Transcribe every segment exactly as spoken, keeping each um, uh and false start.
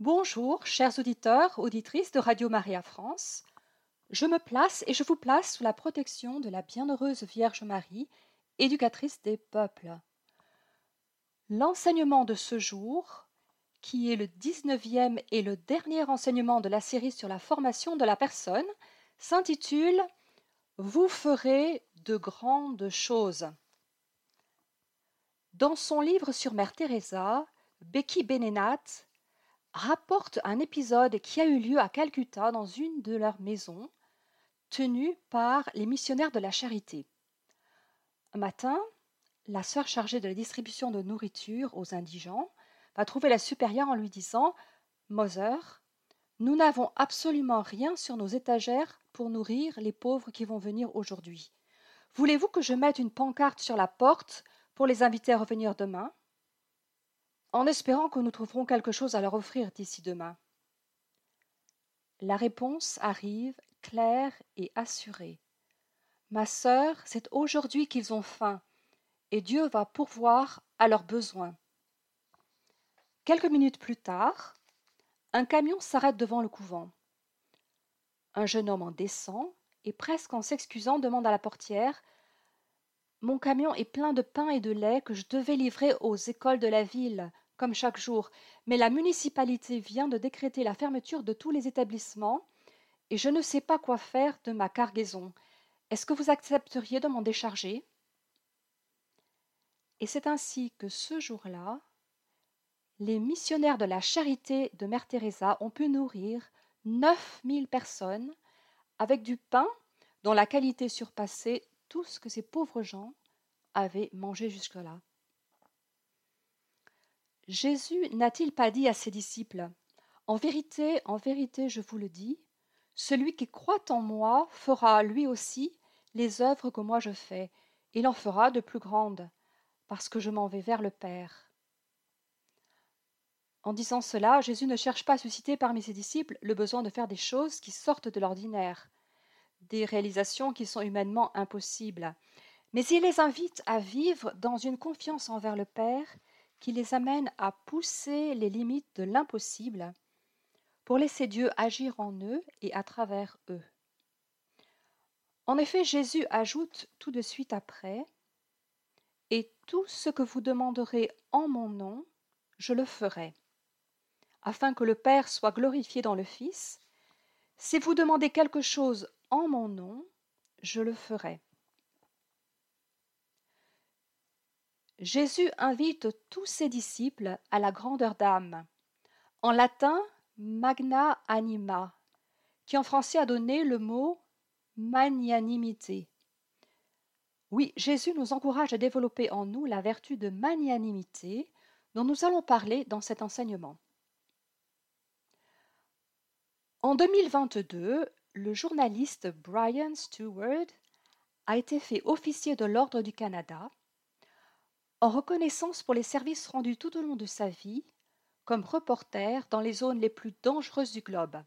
Bonjour, chers auditeurs, auditrices de Radio Maria France. Je me place et je vous place sous la protection de la bienheureuse Vierge Marie, éducatrice des peuples. L'enseignement de ce jour, qui est le dix-neuvième et le dernier enseignement de la série sur la formation de la personne, s'intitule « Vous ferez de grandes choses ». Dans son livre sur Mère Teresa, Becky Benenat rapporte un épisode qui a eu lieu à Calcutta dans une de leurs maisons, tenue par les missionnaires de la charité. Un matin, la sœur chargée de la distribution de nourriture aux indigents va trouver la supérieure en lui disant « Mother, nous n'avons absolument rien sur nos étagères pour nourrir les pauvres qui vont venir aujourd'hui. Voulez-vous que je mette une pancarte sur la porte pour les inviter à revenir demain ?» en espérant que nous trouverons quelque chose à leur offrir d'ici demain. La réponse arrive claire et assurée. « Ma sœur, c'est aujourd'hui qu'ils ont faim, et Dieu va pourvoir à leurs besoins. » Quelques minutes plus tard, un camion s'arrête devant le couvent. Un jeune homme en descend et presque en s'excusant demande à la portière « Mon camion est plein de pain et de lait que je devais livrer aux écoles de la ville, comme chaque jour, mais la municipalité vient de décréter la fermeture de tous les établissements et je ne sais pas quoi faire de ma cargaison. Est-ce que vous accepteriez de m'en décharger ?» Et c'est ainsi que ce jour-là, les missionnaires de la charité de Mère Teresa ont pu nourrir neuf mille personnes avec du pain dont la qualité surpassait tout ce que ces pauvres gens avaient mangé jusque-là. Jésus n'a-t-il pas dit à ses disciples « En vérité, en vérité, je vous le dis, celui qui croit en moi fera lui aussi les œuvres que moi je fais, et il en fera de plus grandes, parce que je m'en vais vers le Père. » En disant cela, Jésus ne cherche pas à susciter parmi ses disciples le besoin de faire des choses qui sortent de l'ordinaire, des réalisations qui sont humainement impossibles, mais il les invite à vivre dans une confiance envers le Père qui les amène à pousser les limites de l'impossible pour laisser Dieu agir en eux et à travers eux. En effet, Jésus ajoute tout de suite après « Et tout ce que vous demanderez en mon nom, je le ferai, afin que le Père soit glorifié dans le Fils. Si vous demandez quelque chose en mon nom, je le ferai. » Jésus invite tous ses disciples à la grandeur d'âme, en latin magna anima, qui en français a donné le mot magnanimité. Oui, Jésus nous encourage à développer en nous la vertu de magnanimité dont nous allons parler dans cet enseignement. En deux mille vingt-deux, le journaliste Brian Stewart a été fait officier de l'Ordre du Canada en reconnaissance pour les services rendus tout au long de sa vie comme reporter dans les zones les plus dangereuses du globe.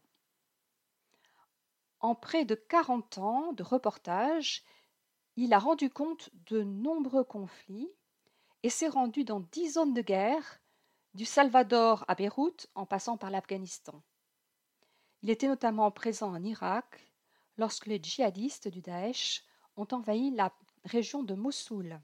En près de quarante ans de reportage, il a rendu compte de nombreux conflits et s'est rendu dans dix zones de guerre, du Salvador à Beyrouth en passant par l'Afghanistan. Il était notamment présent en Irak lorsque les djihadistes du Daesh ont envahi la région de Mossoul.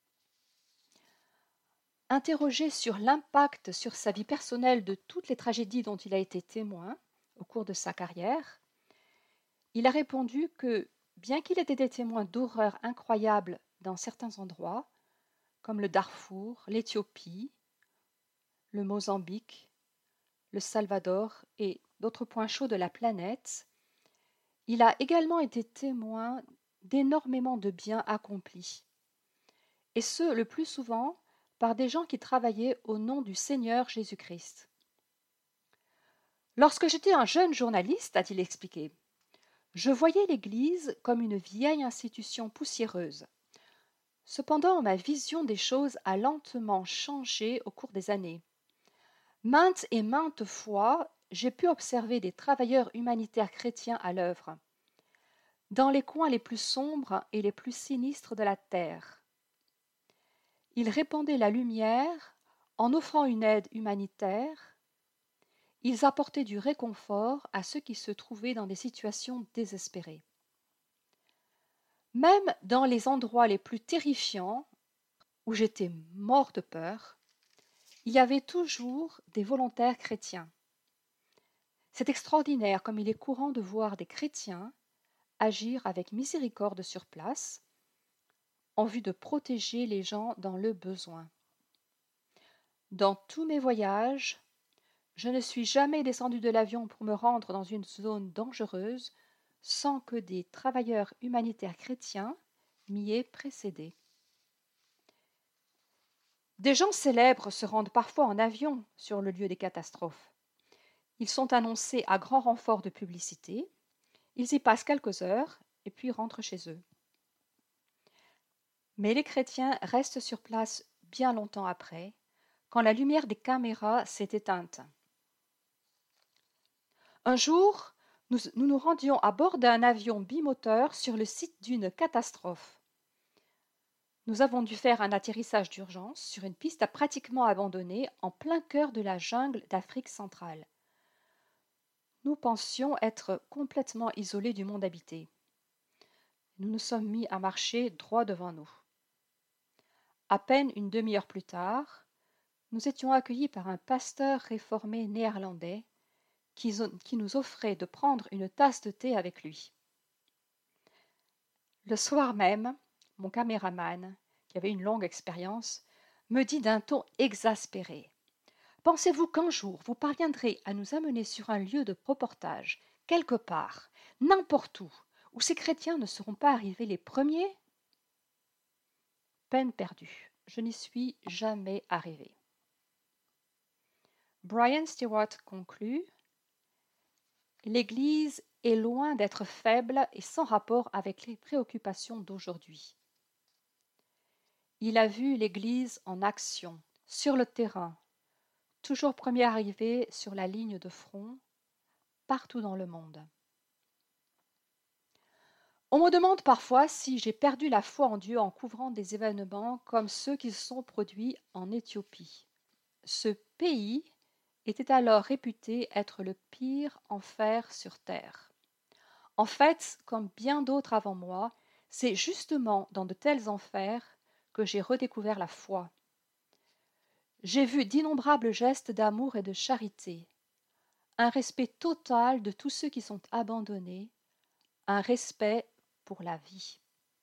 Interrogé sur l'impact sur sa vie personnelle de toutes les tragédies dont il a été témoin au cours de sa carrière, il a répondu que, bien qu'il ait été témoin d'horreurs incroyables dans certains endroits, comme le Darfour, l'Éthiopie, le Mozambique, le Salvador et d'autres points chauds de la planète, il a également été témoin d'énormément de biens accomplis, et ce, le plus souvent, par des gens qui travaillaient au nom du Seigneur Jésus-Christ. Lorsque j'étais un jeune journaliste, a-t-il expliqué, je voyais l'Église comme une vieille institution poussiéreuse. Cependant, ma vision des choses a lentement changé au cours des années. Maintes et maintes fois, j'ai pu observer des travailleurs humanitaires chrétiens à l'œuvre, dans les coins les plus sombres et les plus sinistres de la terre. Ils répandaient la lumière en offrant une aide humanitaire Ils apportaient du réconfort à ceux qui se trouvaient dans des situations désespérées. Même dans les endroits les plus terrifiants, où j'étais mort de peur, il y avait toujours des volontaires chrétiens. C'est extraordinaire comme il est courant de voir des chrétiens agir avec miséricorde sur place, en vue de protéger les gens dans le besoin. Dans tous mes voyages, je ne suis jamais descendu de l'avion pour me rendre dans une zone dangereuse sans que des travailleurs humanitaires chrétiens m'y aient précédé. Des gens célèbres se rendent parfois en avion sur le lieu des catastrophes. Ils sont annoncés à grand renfort de publicité, ils y passent quelques heures et puis rentrent chez eux. Mais les chrétiens restent sur place bien longtemps après, quand la lumière des caméras s'est éteinte. Un jour, nous nous, nous rendions à bord d'un avion bimoteur sur le site d'une catastrophe. Nous avons dû faire un atterrissage d'urgence sur une piste pratiquement abandonnée en plein cœur de la jungle d'Afrique centrale. Nous pensions être complètement isolés du monde habité. Nous nous sommes mis à marcher droit devant nous. À peine une demi-heure plus tard, nous étions accueillis par un pasteur réformé néerlandais qui, qui nous offrait de prendre une tasse de thé avec lui. Le soir même, mon caméraman, qui avait une longue expérience, me dit d'un ton exaspéré: « Pensez-vous qu'un jour vous parviendrez à nous amener sur un lieu de reportage, quelque part, n'importe où, où ces chrétiens ne seront pas arrivés les premiers ?» Peine perdue, je n'y suis jamais arrivé. Brian Stewart conclut: « L'Église est loin d'être faible et sans rapport avec les préoccupations d'aujourd'hui. Il a vu l'Église en action, sur le terrain, toujours premier arrivé sur la ligne de front, partout dans le monde. On me demande parfois si j'ai perdu la foi en Dieu en couvrant des événements comme ceux qui se sont produits en Éthiopie. Ce pays était alors réputé être le pire enfer sur terre. En fait, comme bien d'autres avant moi, c'est justement dans de tels enfers que j'ai redécouvert la foi. J'ai vu d'innombrables gestes d'amour et de charité, un respect total de tous ceux qui sont abandonnés, un respect pour la vie. »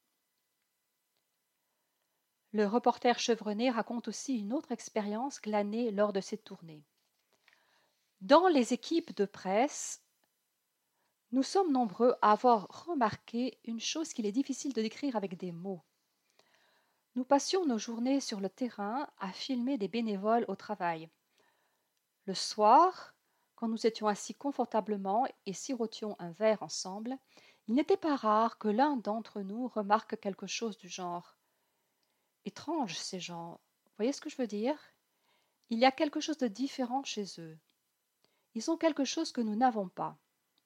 Le reporter chevronné raconte aussi une autre expérience glanée lors de cette tournée. Dans les équipes de presse, nous sommes nombreux à avoir remarqué une chose qu'il est difficile de décrire avec des mots. Nous passions nos journées sur le terrain à filmer des bénévoles au travail. Le soir, quand nous étions assis confortablement et sirotions un verre ensemble, il n'était pas rare que l'un d'entre nous remarque quelque chose du genre: « Étrange ces gens, voyez ce que je veux dire? Il y a quelque chose de différent chez eux. Ils ont quelque chose que nous n'avons pas. »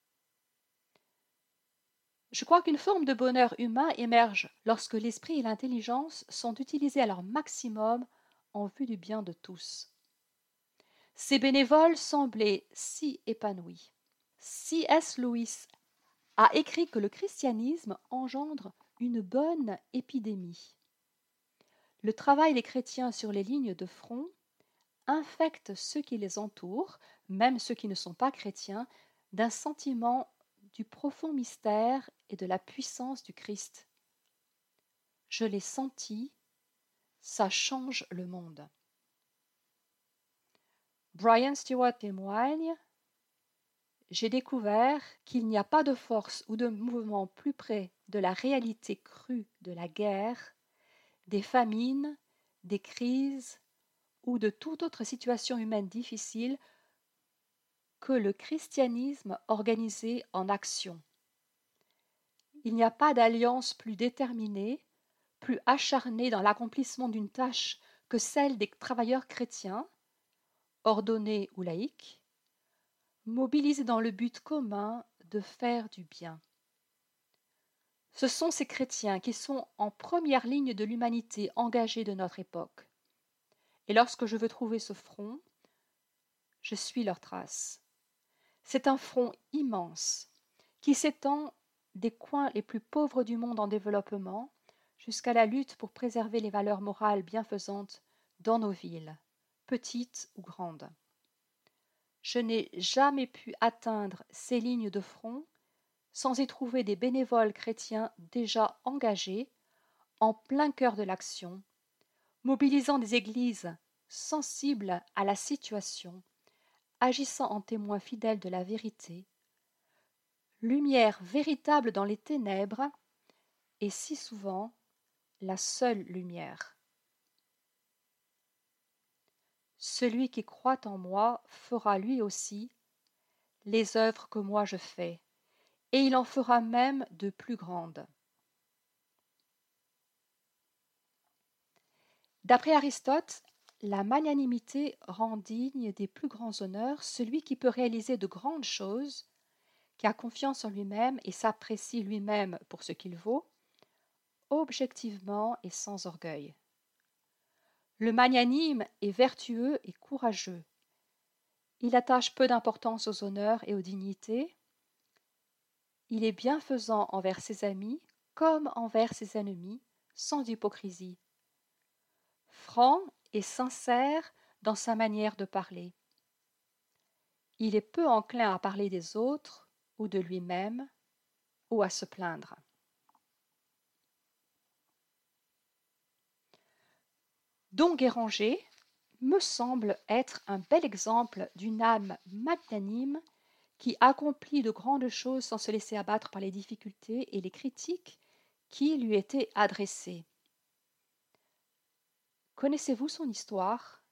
Je crois qu'une forme de bonheur humain émerge lorsque l'esprit et l'intelligence sont utilisés à leur maximum en vue du bien de tous. Ces bénévoles semblaient si épanouis. C S Lewis a écrit que le christianisme engendre une bonne épidémie. Le travail des chrétiens sur les lignes de front infecte ceux qui les entourent, même ceux qui ne sont pas chrétiens, d'un sentiment du profond mystère et de la puissance du Christ. Je l'ai senti, ça change le monde. Brian Stewart témoigne: « J'ai découvert qu'il n'y a pas de force ou de mouvement plus près de la réalité crue de la guerre, des famines, des crises ou de toute autre situation humaine difficile que le christianisme organisé en action. Il n'y a pas d'alliance plus déterminée, plus acharnée dans l'accomplissement d'une tâche que celle des travailleurs chrétiens, ordonnés ou laïcs, mobilisés dans le but commun de faire du bien. Ce sont ces chrétiens qui sont en première ligne de l'humanité engagée de notre époque. Et lorsque je veux trouver ce front, je suis leur trace. C'est un front immense qui s'étend des coins les plus pauvres du monde en développement jusqu'à la lutte pour préserver les valeurs morales bienfaisantes dans nos villes, petites ou grandes. Je n'ai jamais pu atteindre ces lignes de front sans y trouver des bénévoles chrétiens déjà engagés, en plein cœur de l'action, mobilisant des églises sensibles à la situation, agissant en témoins fidèles de la vérité, lumière véritable dans les ténèbres, et si souvent la seule lumière. Celui qui croit en moi fera lui aussi les œuvres que moi je fais, et il en fera même de plus grandes. D'après Aristote, la magnanimité rend digne des plus grands honneurs celui qui peut réaliser de grandes choses, qui a confiance en lui-même et s'apprécie lui-même pour ce qu'il vaut, objectivement et sans orgueil. Le magnanime est vertueux et courageux. Il attache peu d'importance aux honneurs et aux dignités. Il est bienfaisant envers ses amis comme envers ses ennemis, sans hypocrisie. Franc et sincère dans sa manière de parler. Il est peu enclin à parler des autres ou de lui-même ou à se plaindre. Don Guéranger me semble être un bel exemple d'une âme magnanime qui accomplit de grandes choses sans se laisser abattre par les difficultés et les critiques qui lui étaient adressées. Connaissez-vous son histoire?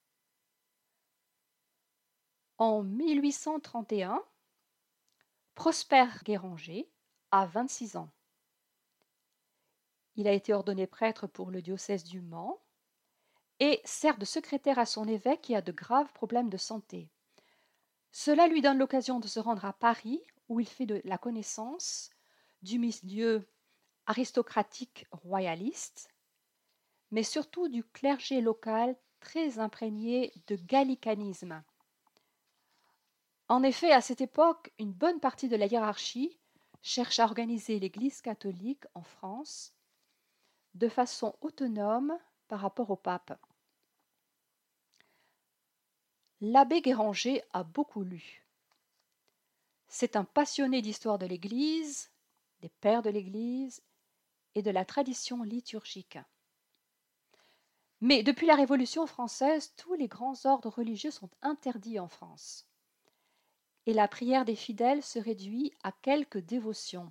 En mille huit cent trente et un, Prosper Guéranger a vingt-six ans. Il a été ordonné prêtre pour le diocèse du Mans et sert de secrétaire à son évêque qui a de graves problèmes de santé. Cela lui donne l'occasion de se rendre à Paris où il fait de la connaissance du milieu aristocratique royaliste, mais surtout du clergé local très imprégné de gallicanisme. En effet, à cette époque, une bonne partie de la hiérarchie cherche à organiser l'Église catholique en France de façon autonome par rapport au pape. L'abbé Guéranger a beaucoup lu. C'est un passionné d'histoire de l'Église, des pères de l'Église et de la tradition liturgique. Mais depuis la Révolution française, tous les grands ordres religieux sont interdits en France. Et la prière des fidèles se réduit à quelques dévotions.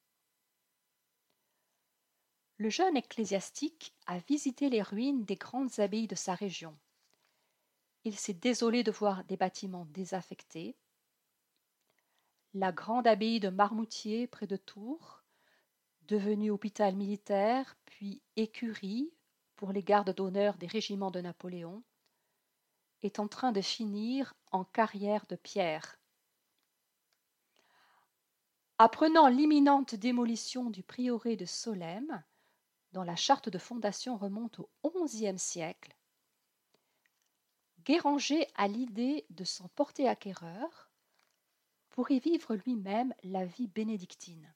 Le jeune ecclésiastique a visité les ruines des grandes abbayes de sa région. Il s'est désolé de voir des bâtiments désaffectés. La grande abbaye de Marmoutier près de Tours, devenue hôpital militaire, puis écurie pour les gardes d'honneur des régiments de Napoléon, est en train de finir en carrière de pierre. Apprenant l'imminente démolition du prieuré de Solesmes, dont la charte de fondation remonte au onzième siècle, Guéranger a l'idée de s'en porter acquéreur pour y vivre lui-même la vie bénédictine.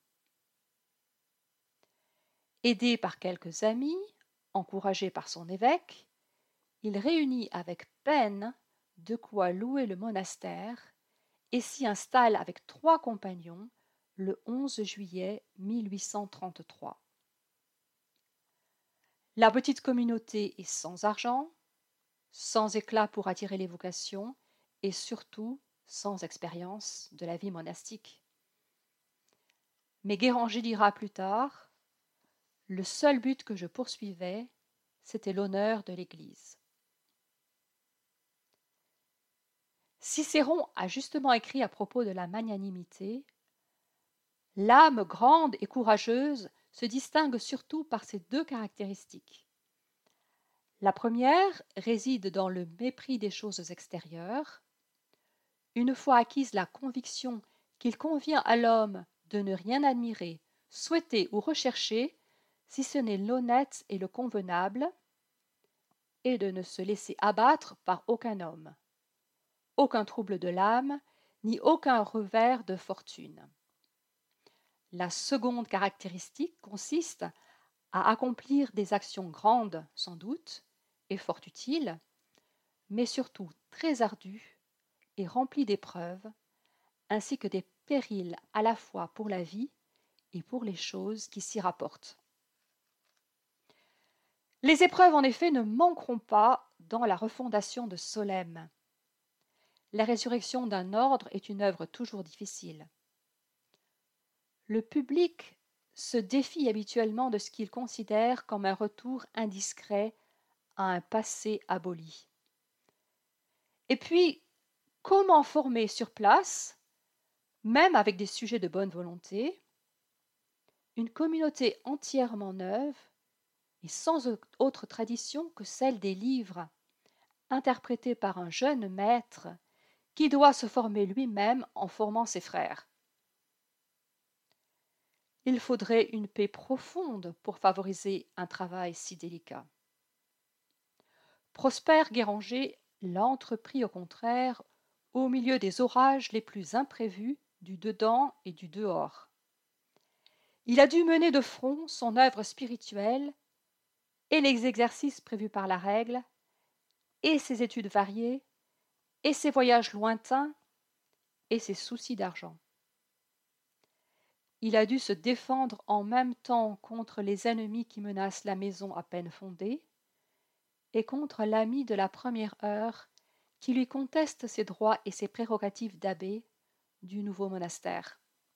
Aidé par quelques amis, encouragé par son évêque, il réunit avec peine de quoi louer le monastère et s'y installe avec trois compagnons le onze juillet mille huit cent trente-trois. La petite communauté est sans argent, sans éclat pour attirer les vocations et surtout sans expérience de la vie monastique. Mais Guéranger dira plus tard: « Le seul but que je poursuivais, c'était l'honneur de l'Église. » Cicéron a justement écrit à propos de la magnanimité: « L'âme grande et courageuse se distingue surtout par ces deux caractéristiques. La première réside dans le mépris des choses extérieures. Une fois acquise la conviction qu'il convient à l'homme de ne rien admirer, souhaiter ou rechercher, si ce n'est l'honnête et le convenable, et de ne se laisser abattre par aucun homme. aucun trouble de l'âme, ni aucun revers de fortune. La seconde caractéristique consiste à accomplir des actions grandes, sans doute, et fort utiles, mais surtout très ardues et remplies d'épreuves, ainsi que des périls à la fois pour la vie et pour les choses qui s'y rapportent. Les épreuves, en effet, ne manqueront pas dans la refondation de Solesmes. La résurrection d'un ordre est une œuvre toujours difficile. Le public se défie habituellement de ce qu'il considère comme un retour indiscret à un passé aboli. Et puis, comment former sur place, même avec des sujets de bonne volonté, une communauté entièrement neuve et sans autre tradition que celle des livres, interprétés par un jeune maître qui doit se former lui-même en formant ses frères. Il faudrait une paix profonde pour favoriser un travail si délicat. Prosper Guéranger l'a entrepris au contraire au milieu des orages les plus imprévus du dedans et du dehors. Il a dû mener de front son œuvre spirituelle et les exercices prévus par la règle, et ses études variées, et ses voyages lointains, et ses soucis d'argent. Il a dû se défendre en même temps contre les ennemis qui menacent la maison à peine fondée, et contre l'ami de la première heure qui lui conteste ses droits et ses prérogatives d'abbé du nouveau monastère.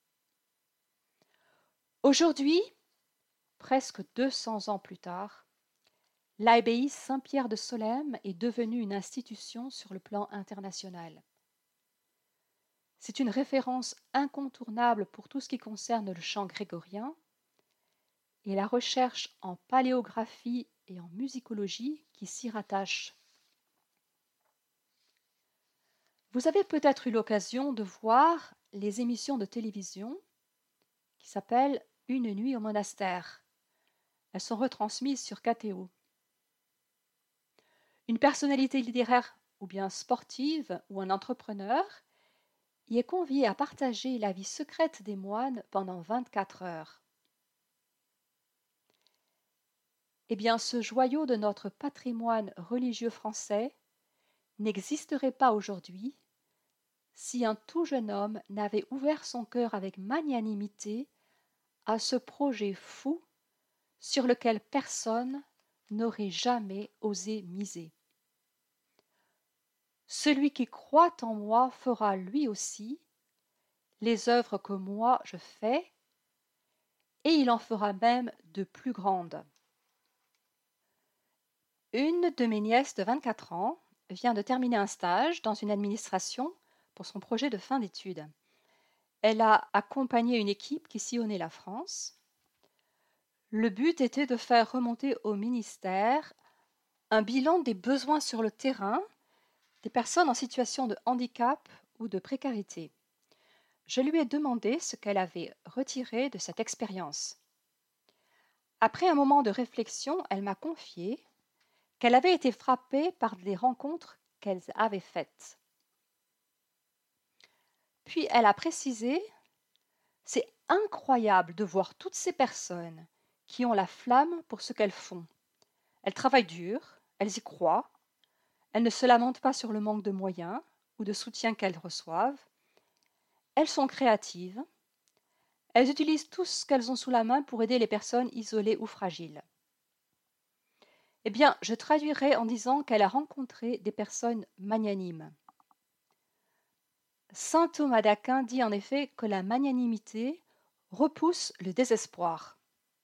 Aujourd'hui, presque deux cents ans plus tard, l'abbaye Saint-Pierre de Solesmes est devenue une institution sur le plan international. C'est une référence incontournable pour tout ce qui concerne le chant grégorien, et la recherche en paléographie et en musicologie qui s'y rattache. Vous avez peut-être eu l'occasion de voir les émissions de télévision qui s'appellent « Une nuit au monastère ». Elles sont retransmises sur K T O. Une personnalité littéraire ou bien sportive ou un entrepreneur y est convié à partager la vie secrète des moines pendant vingt-quatre heures. Eh bien, ce joyau de notre patrimoine religieux français n'existerait pas aujourd'hui si un tout jeune homme n'avait ouvert son cœur avec magnanimité à ce projet fou sur lequel personne n'aurait jamais osé miser. Celui qui croit en moi fera lui aussi les œuvres que moi je fais, et il en fera même de plus grandes. Une de mes nièces de vingt-quatre ans vient de terminer un stage dans une administration pour son projet de fin d'études. Elle a accompagné une équipe qui sillonnait la France. Le but était de faire remonter au ministère un bilan des besoins sur le terrain des personnes en situation de handicap ou de précarité. Je lui ai demandé ce qu'elle avait retiré de cette expérience. Après un moment de réflexion, elle m'a confié qu'elle avait été frappée par des rencontres qu'elle avait faites. Puis elle a précisé « C'est incroyable de voir toutes ces personnes qui ont la flamme pour ce qu'elles font. Elles travaillent dur, elles y croient, elles ne se lamentent pas sur le manque de moyens ou de soutien qu'elles reçoivent. Elles sont créatives. Elles utilisent tout ce qu'elles ont sous la main pour aider les personnes isolées ou fragiles. » Eh bien, je traduirai en disant qu'elle a rencontré des personnes magnanimes. Saint Thomas d'Aquin dit en effet que la magnanimité repousse le désespoir.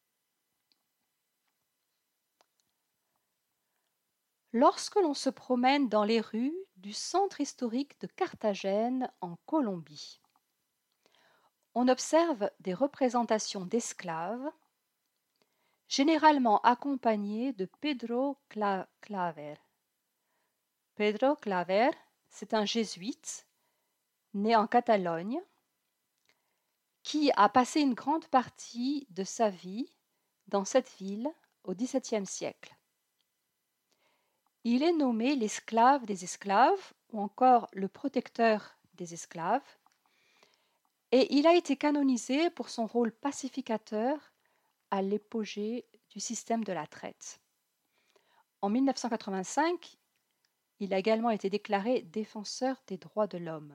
Lorsque l'on se promène dans les rues du centre historique de Carthagène en Colombie, on observe des représentations d'esclaves, généralement accompagnés de Pedro Claver. Pedro Claver, c'est un jésuite né en Catalogne, qui a passé une grande partie de sa vie dans cette ville au dix-septième siècle. Il est nommé l'esclave des esclaves ou encore le protecteur des esclaves, et il a été canonisé pour son rôle pacificateur à l'apogée du système de la traite. En mille neuf cent quatre-vingt-cinq, il a également été déclaré défenseur des droits de l'homme.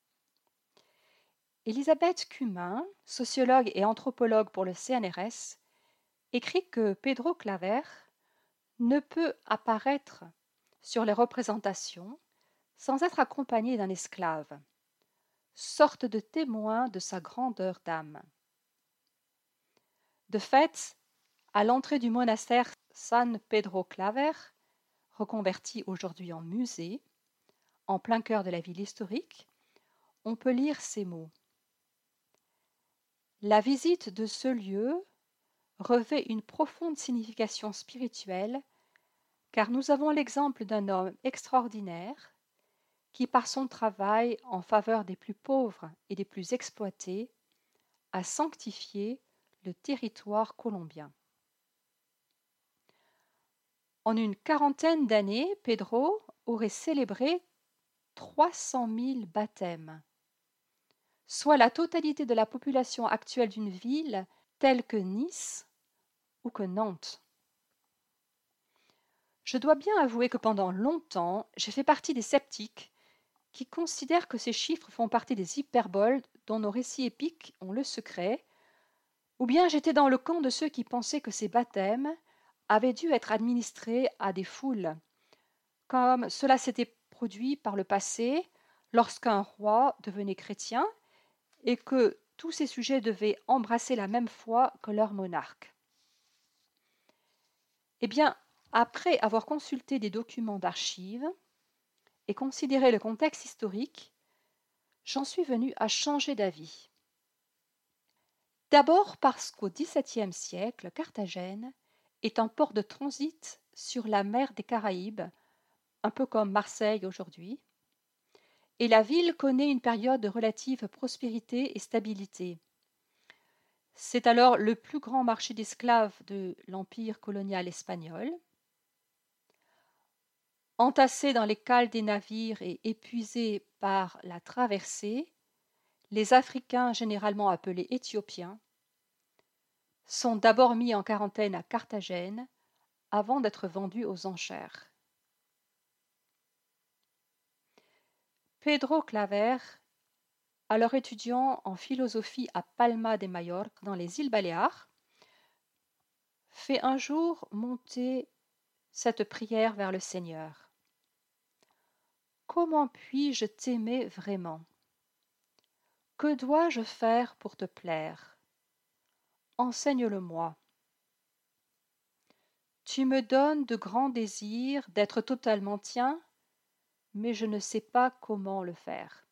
Elisabeth Cumin, sociologue et anthropologue pour le C N R S, écrit que Pedro Claver ne peut apparaître sur les représentations sans être accompagné d'un esclave, sorte de témoin de sa grandeur d'âme. De fait, à l'entrée du monastère San Pedro Claver, reconverti aujourd'hui en musée, en plein cœur de la ville historique, on peut lire ces mots. La visite de ce lieu revêt une profonde signification spirituelle, car nous avons l'exemple d'un homme extraordinaire qui, par son travail en faveur des plus pauvres et des plus exploités, a sanctifié le territoire colombien. En une quarantaine d'années, Pedro aurait célébré trois cent mille baptêmes, soit la totalité de la population actuelle d'une ville telle que Nice ou que Nantes. Je dois bien avouer que pendant longtemps, j'ai fait partie des sceptiques qui considèrent que ces chiffres font partie des hyperboles dont nos récits épiques ont le secret, ou bien j'étais dans le camp de ceux qui pensaient que ces baptêmes avaient dû être administrés à des foules, comme cela s'était produit par le passé lorsqu'un roi devenait chrétien et que tous ses sujets devaient embrasser la même foi que leur monarque. Eh bien, après avoir consulté des documents d'archives et considéré le contexte historique, j'en suis venue à changer d'avis. D'abord parce qu'au dix-septième siècle, Carthagène est un port de transit sur la mer des Caraïbes, un peu comme Marseille aujourd'hui, et la ville connaît une période de relative prospérité et stabilité. C'est alors le plus grand marché d'esclaves de l'empire colonial espagnol. Entassés dans les cales des navires et épuisés par la traversée, les Africains, généralement appelés Éthiopiens, sont d'abord mis en quarantaine à Carthagène avant d'être vendus aux enchères. Pedro Claver, alors étudiant en philosophie à Palma de Majorque dans les îles Baléares, fait un jour monter cette prière vers le Seigneur. Comment puis-je t'aimer vraiment? Que dois-je faire pour te plaire? Enseigne-le-moi. Tu me donnes de grands désirs d'être totalement tien, mais je ne sais pas comment le faire.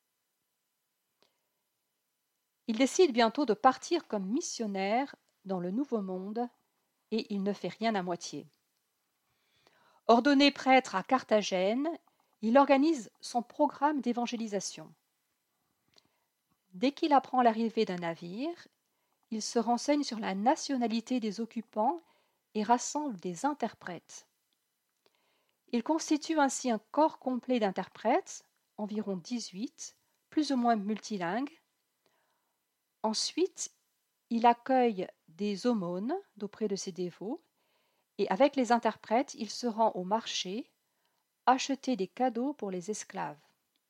Il décide bientôt de partir comme missionnaire dans le Nouveau Monde et il ne fait rien à moitié. Ordonné prêtre à Carthagène, il organise son programme d'évangélisation. Dès qu'il apprend l'arrivée d'un navire, il se renseigne sur la nationalité des occupants et rassemble des interprètes. Il constitue ainsi un corps complet d'interprètes, environ dix-huit, plus ou moins multilingues. Ensuite, il accueille des aumônes d'auprès de ses dévots et avec les interprètes, il se rend au marché acheter des cadeaux pour les esclaves.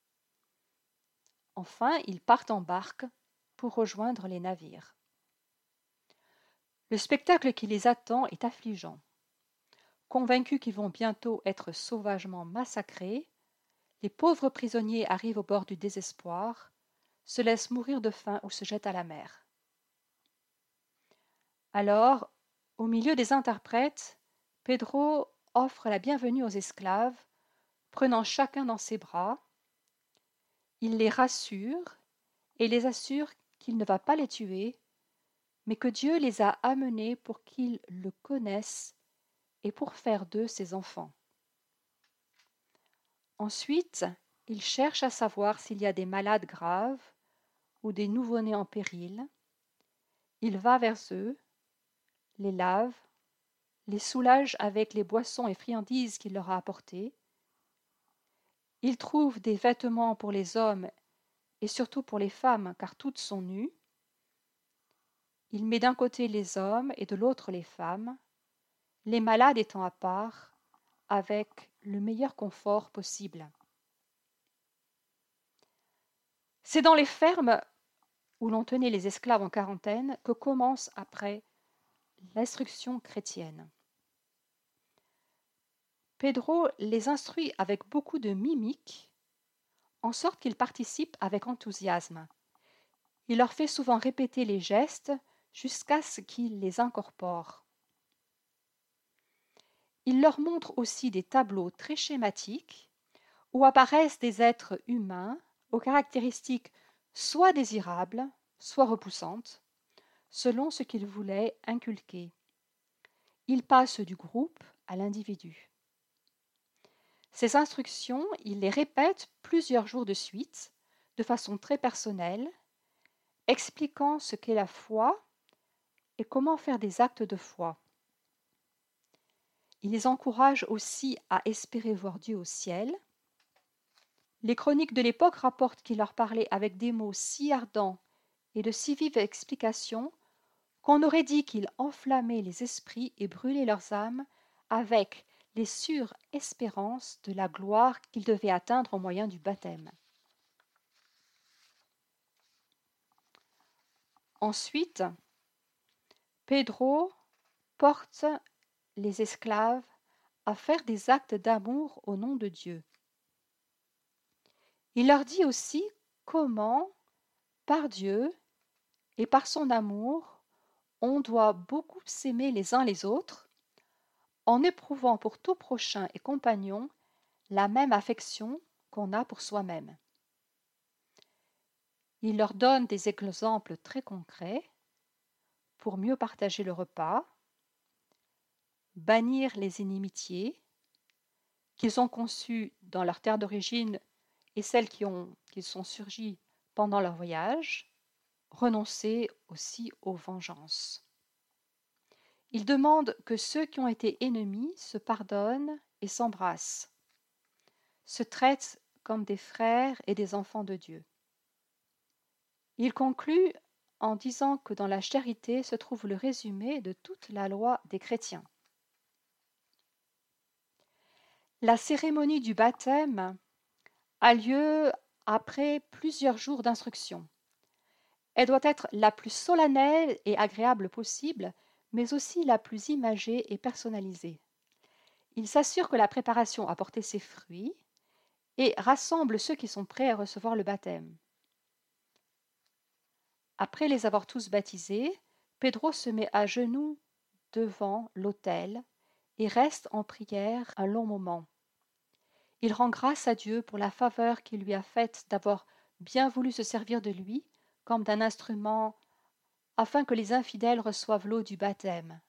Enfin, ils partent en barque pour rejoindre les navires. Le spectacle qui les attend est affligeant. Convaincus qu'ils vont bientôt être sauvagement massacrés, les pauvres prisonniers arrivent au bord du désespoir, se laissent mourir de faim ou se jettent à la mer. Alors, au milieu des interprètes, Pedro offre la bienvenue aux esclaves, prenant chacun dans ses bras. Il les rassure et les assure qu'il ne va pas les tuer, mais que Dieu les a amenés pour qu'ils le connaissent et pour faire d'eux ses enfants. Ensuite, il cherche à savoir s'il y a des malades graves ou des nouveau-nés en péril. Il va vers eux, les lave, les soulage avec les boissons et friandises qu'il leur a apportées, Il trouve des vêtements pour les hommes et surtout pour les femmes, car toutes sont nues. Il met d'un côté les hommes et de l'autre les femmes, les malades étant à part, avec le meilleur confort possible. C'est dans les fermes où l'on tenait les esclaves en quarantaine que commence après l'instruction chrétienne. Pedro les instruit avec beaucoup de mimique, en sorte qu'ils participent avec enthousiasme. Il leur fait souvent répéter les gestes jusqu'à ce qu'ils les incorporent. Il leur montre aussi des tableaux très schématiques où apparaissent des êtres humains aux caractéristiques soit désirables, soit repoussantes, selon ce qu'il voulait inculquer. Il passe du groupe à l'individu. Ces instructions, il les répète plusieurs jours de suite, de façon très personnelle, expliquant ce qu'est la foi et comment faire des actes de foi. Il les encourage aussi à espérer voir Dieu au ciel. Les chroniques de l'époque rapportent qu'il leur parlait avec des mots si ardents et de si vives explications qu'on aurait dit qu'il enflammait les esprits et brûlait leurs âmes avec les sûres espérances de la gloire qu'ils devaient atteindre au moyen du baptême. Ensuite, Pedro porte les esclaves à faire des actes d'amour au nom de Dieu. Il leur dit aussi comment, par Dieu et par son amour, on doit beaucoup s'aimer les uns les autres, en éprouvant pour tout prochain et compagnon la même affection qu'on a pour soi-même. Il leur donne des exemples très concrets pour mieux partager le repas, bannir les inimitiés qu'ils ont conçues dans leur terre d'origine et celles qui, ont, qui sont surgies pendant leur voyage, renoncer aussi aux vengeances. Il demande que ceux qui ont été ennemis se pardonnent et s'embrassent, se traitent comme des frères et des enfants de Dieu. Il conclut en disant que dans la charité se trouve le résumé de toute la loi des chrétiens. La cérémonie du baptême a lieu après plusieurs jours d'instruction. Elle doit être la plus solennelle et agréable possible, mais aussi la plus imagée et personnalisée. Il s'assure que la préparation a porté ses fruits et rassemble ceux qui sont prêts à recevoir le baptême. Après les avoir tous baptisés, Pedro se met à genoux devant l'autel et reste en prière un long moment. Il rend grâce à Dieu pour la faveur qu'il lui a faite d'avoir bien voulu se servir de lui comme d'un instrument afin que les infidèles reçoivent l'eau du baptême.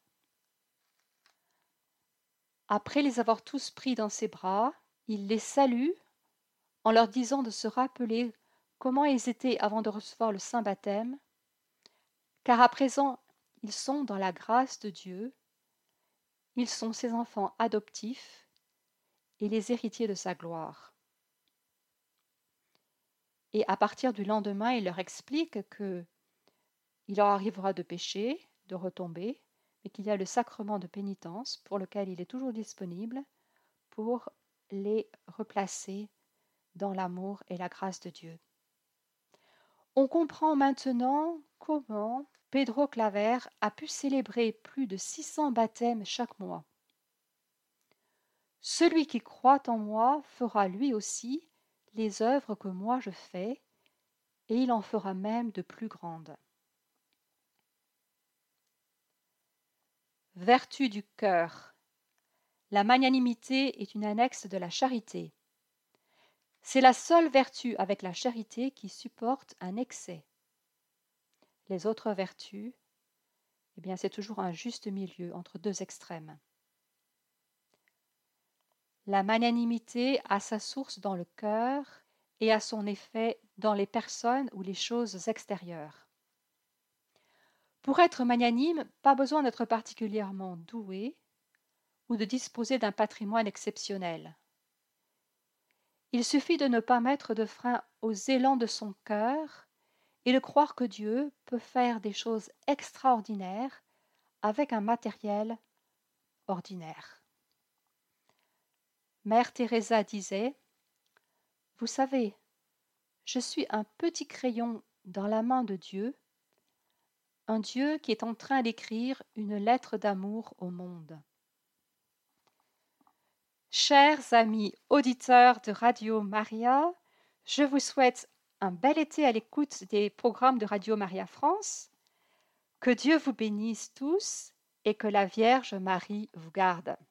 Après les avoir tous pris dans ses bras, il les salue en leur disant de se rappeler comment ils étaient avant de recevoir le saint baptême, car à présent ils sont dans la grâce de Dieu, ils sont ses enfants adoptifs et les héritiers de sa gloire. Et à partir du lendemain, il leur explique que il leur arrivera de pécher, de retomber, mais qu'il y a le sacrement de pénitence pour lequel il est toujours disponible pour les replacer dans l'amour et la grâce de Dieu. On comprend maintenant comment Pedro Claver a pu célébrer plus de six cents baptêmes chaque mois. Celui qui croit en moi fera lui aussi les œuvres que moi je fais, et il en fera même de plus grandes. Vertu du cœur. La magnanimité est une annexe de la charité. C'est la seule vertu avec la charité qui supporte un excès. Les autres vertus, eh bien, c'est toujours un juste milieu entre deux extrêmes. La magnanimité a sa source dans le cœur et a son effet dans les personnes ou les choses extérieures. Pour être magnanime, pas besoin d'être particulièrement doué ou de disposer d'un patrimoine exceptionnel. Il suffit de ne pas mettre de frein aux élans de son cœur et de croire que Dieu peut faire des choses extraordinaires avec un matériel ordinaire. Mère Teresa disait: Vous savez, je suis un petit crayon dans la main de Dieu, un Dieu qui est en train d'écrire une lettre d'amour au monde. Chers amis auditeurs de Radio Maria, je vous souhaite un bel été à l'écoute des programmes de Radio Maria France. Que Dieu vous bénisse tous et que la Vierge Marie vous garde.